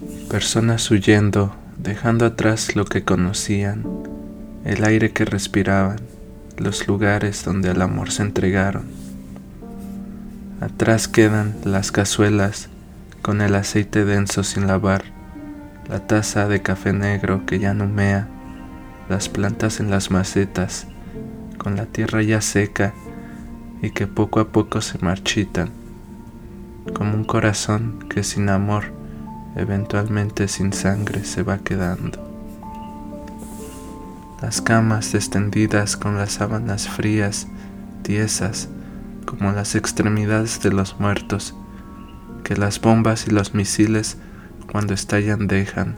Personas huyendo, dejando atrás lo que conocían, el aire que respiraban, los lugares donde al amor se entregaron. Atrás quedan las cazuelas con el aceite denso sin lavar, la taza de café negro que ya no humea, las plantas en las macetas, con la tierra ya seca y que poco a poco se marchitan, como un corazón que sin amor, eventualmente sin sangre, se va quedando. Las camas extendidas con las sábanas frías, tiesas, como las extremidades de los muertos, que las bombas y los misiles cuando estallan dejan.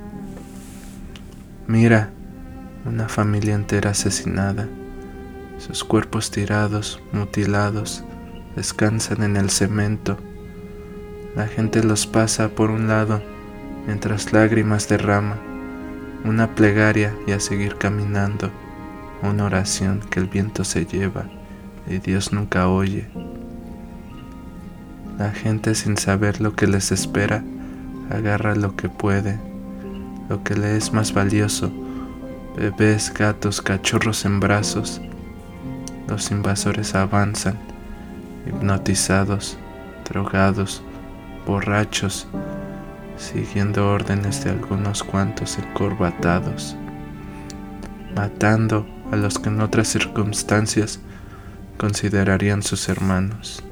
Mira, una familia entera asesinada, sus cuerpos tirados, mutilados, descansan en el cemento. La gente los pasa por un lado mientras lágrimas derrama, una plegaria y a seguir caminando, una oración que el viento se lleva y Dios nunca oye. La gente sin saber lo que les espera, agarra lo que puede, lo que le es más valioso, bebés, gatos, cachorros en brazos. Los invasores avanzan, hipnotizados, drogados, borrachos, siguiendo órdenes de algunos cuantos encorbatados, matando a los que en otras circunstancias considerarían sus hermanos.